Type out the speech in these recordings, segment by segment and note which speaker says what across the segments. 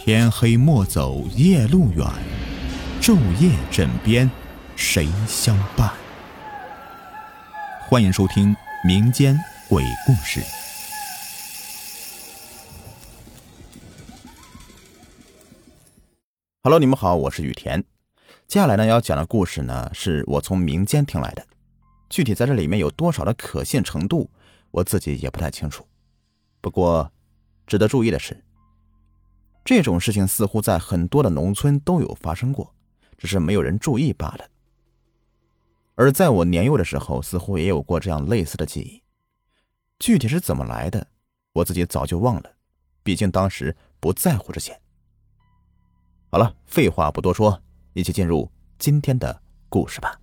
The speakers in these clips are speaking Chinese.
Speaker 1: 天黑莫走夜路远，昼夜枕边谁相伴？欢迎收听民间鬼故事。Hello， 你们好，我是雨田。接下来呢要讲的故事呢，是我从民间听来的，具体在这里面有多少的可信程度，我自己也不太清楚。不过值得注意的是，这种事情似乎在很多的农村都有发生过，只是没有人注意罢了。而在我年幼的时候，似乎也有过这样类似的记忆，具体是怎么来的，我自己早就忘了，毕竟当时不在乎这些。好了，废话不多说，一起进入今天的故事吧。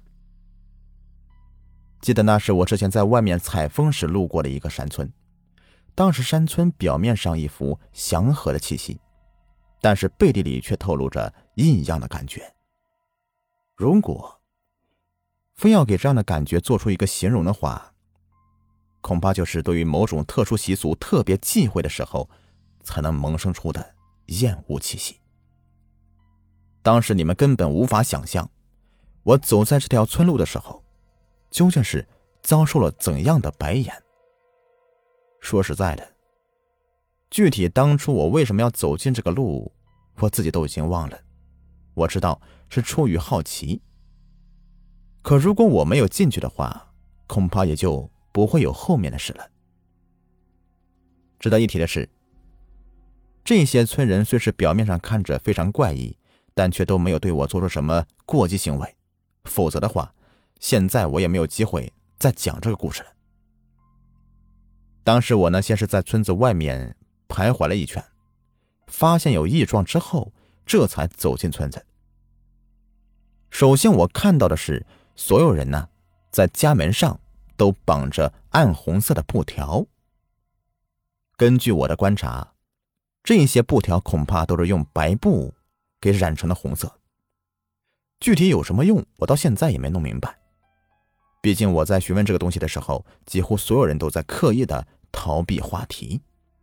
Speaker 1: 记得那是我之前在外面采风时路过的一个山村，当时山村表面上一副祥和的气息，但是背地里却透露着异样的感觉。如果非要给这样的感觉做出一个形容的话，恐怕就是对于某种特殊习俗特别忌讳的时候才能萌生出的厌恶气息。当时你们根本无法想象，我走在这条村路的时候，究竟是遭受了怎样的白眼。说实在的，具体当初我为什么要走进这个路，我自己都已经忘了。我知道是出于好奇，可如果我没有进去的话，恐怕也就不会有后面的事了。值得一提的是，这些村人虽是表面上看着非常怪异，但却都没有对我做出什么过激行为，否则的话，现在我也没有机会再讲这个故事了。当时我呢，先是在村子外面徘徊了一圈，发现有异状之后，这才走进村子。首先我看到的是，所有人呢，在家门上都绑着暗红色的布条。根据我的观察，这些布条恐怕都是用白布给染成了红色。具体有什么用，我到现在也没弄明白。毕竟我在询问这个东西的时候，几乎所有人都在刻意的逃避话题。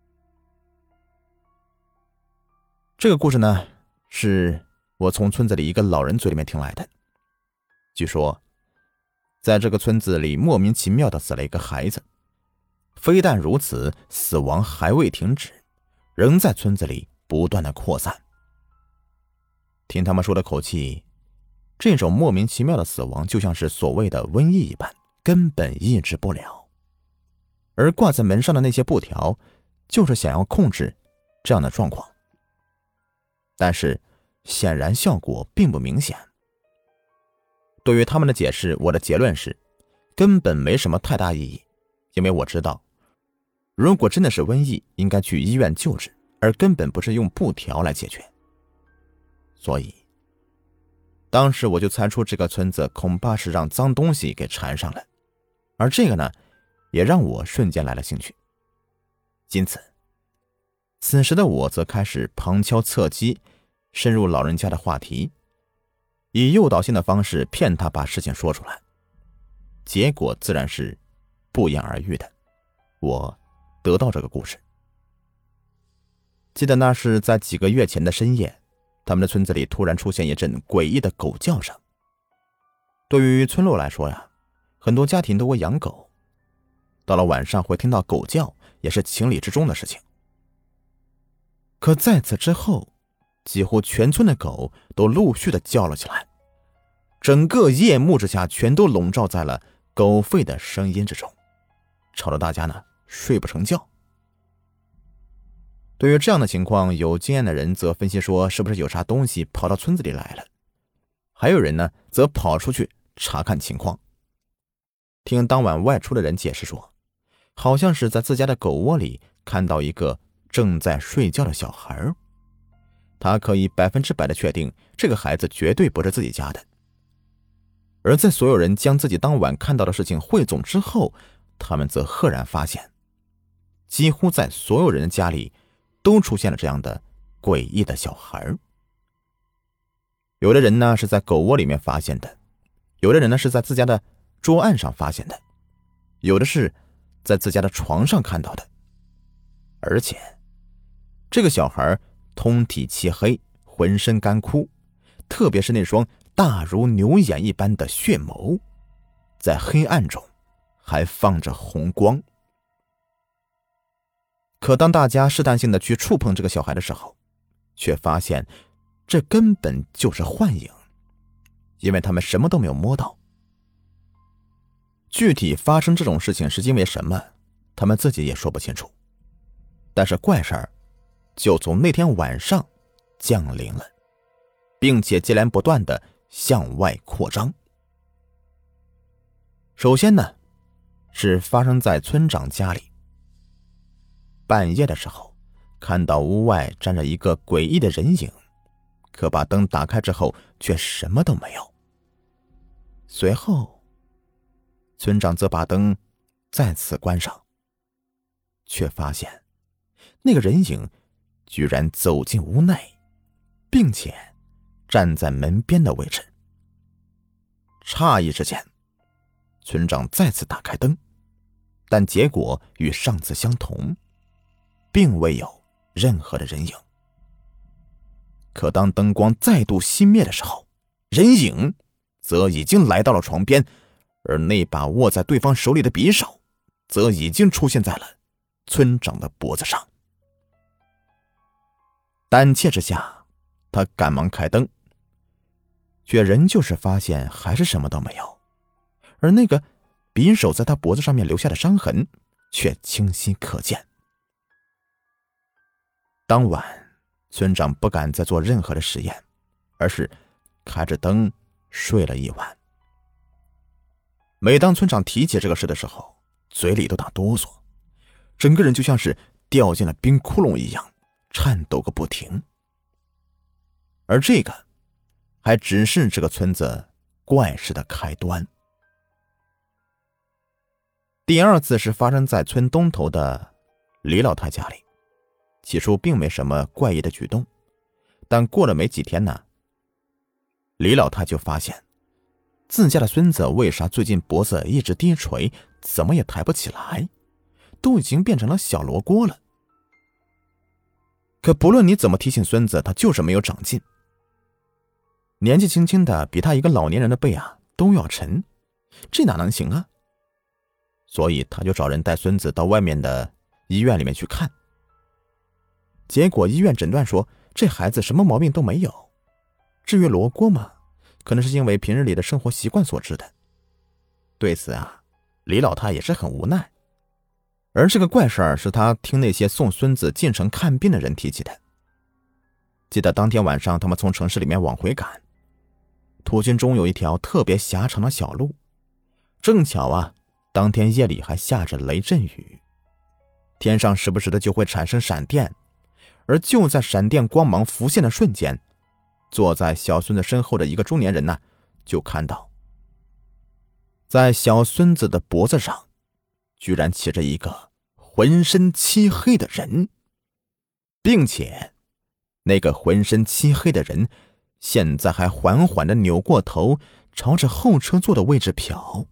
Speaker 1: 这个故事呢，是我从村子里一个老人嘴里面听来的。据说在这个村子里莫名其妙的死了一个孩子，非但如此，死亡还未停止，仍在村子里不断的扩散。听他们说的口气，这种莫名其妙的死亡就像是所谓的瘟疫一般，根本抑制不了。而挂在门上的那些布条，就是想要控制这样的状况。但是显然效果并不明显。对于他们的解释，我的结论是根本没什么太大意义，因为我知道，如果真的是瘟疫，应该去医院救治，而根本不是用布条来解决。所以当时我就猜出这个村子恐怕是让脏东西给缠上了，而这个呢，也让我瞬间来了兴趣。因此此时的我则开始旁敲侧击，深入老人家的话题，以诱导性的方式骗他把事情说出来。结果自然是不言而喻的，我得到这个故事。记得那是在几个月前的深夜，他们的村子里突然出现一阵诡异的狗叫声。对于村落来说呀，很多家庭都会养狗，到了晚上会听到狗叫，也是情理之中的事情。可在此之后，几乎全村的狗都陆续的叫了起来，整个夜幕之下全都笼罩在了狗吠的声音之中，吵得大家呢睡不成觉。对于这样的情况，有经验的人则分析说，是不是有啥东西跑到村子里来了？还有人呢，则跑出去查看情况。听当晚外出的人解释说，好像是在自家的狗窝里看到一个正在睡觉的小孩，他可以100%的确定这个孩子绝对不是自己家的。而在所有人将自己当晚看到的事情汇总之后，他们则赫然发现，几乎在所有人的家里都出现了这样的诡异的小孩。有的人呢是在狗窝里面发现的，有的人呢是在自家的桌案上发现的，有的是在自家的床上看到的。而且这个小孩通体漆黑，浑身干枯，特别是那双大如牛眼一般的血眸，在黑暗中还放着红光。可当大家试探性的去触碰这个小孩的时候，却发现这根本就是幻影，因为他们什么都没有摸到。具体发生这种事情是因为什么，他们自己也说不清楚。但是怪事儿就从那天晚上降临了，并且接连不断的向外扩张。首先呢，是发生在村长家里。半夜的时候，看到屋外站着一个诡异的人影，可把灯打开之后却什么都没有。随后村长则把灯再次关上，却发现那个人影居然走进屋内，并且站在门边的位置。诧异之间，村长再次打开灯，但结果与上次相同，并未有任何的人影。可当灯光再度熄灭的时候，人影则已经来到了床边，而那把握在对方手里的匕首则已经出现在了村长的脖子上。胆怯之下，他赶忙开灯，却仍旧是发现还是什么都没有，而那个匕首在他脖子上面留下的伤痕却清晰可见。当晚村长不敢再做任何的实验，而是开着灯睡了一晚。每当村长提起这个事的时候，嘴里都打哆嗦，整个人就像是掉进了冰窟窿一样，颤抖个不停。而这个还只是这个村子怪事的开端。第二次是发生在村东头的李老太家里。起初并没什么怪异的举动，但过了没几天呢，李老太就发现自家的孙子为啥最近脖子一直低垂，怎么也抬不起来，都已经变成了小罗锅了。可不论你怎么提醒孙子，他就是没有长进。年纪轻轻的，比他一个老年人的背都要沉，这哪能行啊？所以他就找人带孙子到外面的医院里面去看。结果医院诊断说这孩子什么毛病都没有，至于罗锅嘛，可能是因为平日里的生活习惯所致的。对此李老太也是很无奈。而这个怪事儿是他听那些送孙子进城看病的人提起的。记得当天晚上他们从城市里面往回赶，途经中有一条特别狭长的小路，正巧当天夜里还下着雷阵雨，天上时不时的就会产生闪电。而就在闪电光芒浮现的瞬间，坐在小孙子身后的一个中年人就看到在小孙子的脖子上居然骑着一个浑身漆黑的人，并且那个浑身漆黑的人现在还缓缓地扭过头朝着后车座的位置瞟。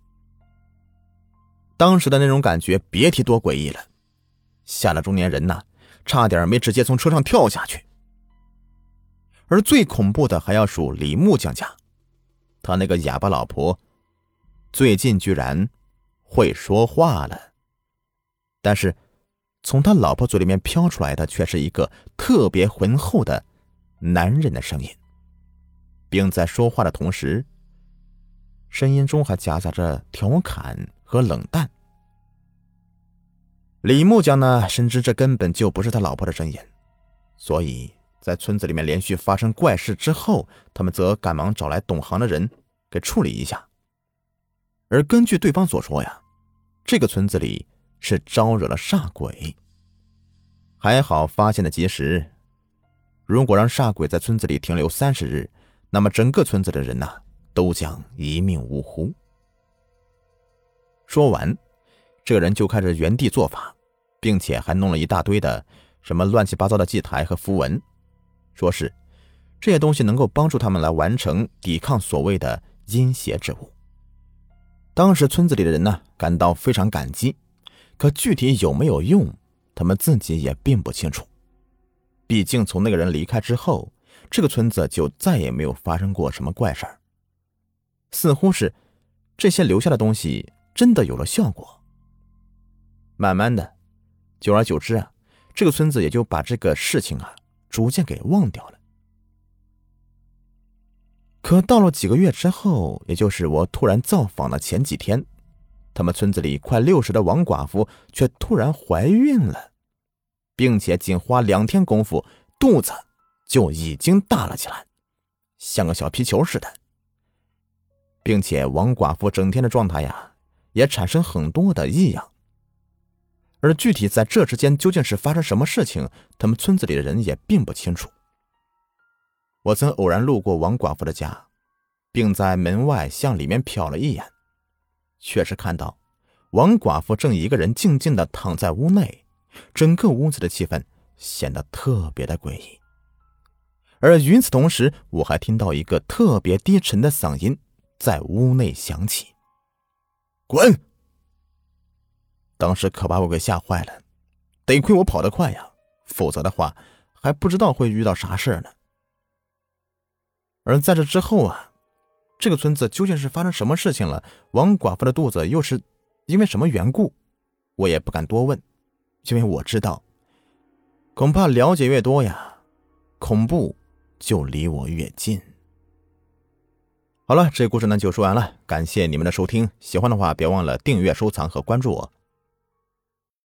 Speaker 1: 当时的那种感觉别提多诡异了，吓得中年人差点没直接从车上跳下去。而最恐怖的还要数李木匠家，他那个哑巴老婆最近居然会说话了，但是从他老婆嘴里面飘出来的却是一个特别浑厚的男人的声音，并在说话的同时，声音中还夹杂着调侃和冷淡。李木匠深知这根本就不是他老婆的声音，所以在村子里面连续发生怪事之后，他们则赶忙找来懂行的人给处理一下。而根据对方所说这个村子里是招惹了煞鬼，还好发现的及时。如果让煞鬼在村子里停留30日，那么整个村子的人都将一命呜呼。说完，这个人就开始原地做法，并且还弄了一大堆的什么乱七八糟的祭台和符文，说是这些东西能够帮助他们来完成抵抗所谓的阴邪之物。当时村子里的人感到非常感激，可具体有没有用，他们自己也并不清楚。 毕竟从那个人离开之后，这个村子就再也没有发生过什么怪事儿。似乎是这些留下的东西真的有了效果。慢慢的，久而久之啊，这个村子也就把这个事情啊逐渐给忘掉了。可到了几个月之后，也就是我突然造访的前几天，他们村子里快60的王寡妇却突然怀孕了，并且仅花2天功夫，肚子就已经大了起来，像个小皮球似的。并且王寡妇整天的状态呀，也产生很多的异样。而具体在这之间究竟是发生什么事情，他们村子里的人也并不清楚。我曾偶然路过王寡妇的家，并在门外向里面瞟了一眼，确实看到王寡妇正一个人静静地躺在屋内，整个屋子的气氛显得特别的诡异。而与此同时，我还听到一个特别低沉的嗓音在屋内响起：“滚！”当时可把我给吓坏了，得亏我跑得快呀，否则的话还不知道会遇到啥事呢。而在这之后啊，这个村子究竟是发生什么事情了？王寡妇的肚子又是因为什么缘故？我也不敢多问，因为我知道，恐怕了解越多呀，恐怖就离我越近。好了，这故事呢就说完了，感谢你们的收听，喜欢的话别忘了订阅、收藏和关注我。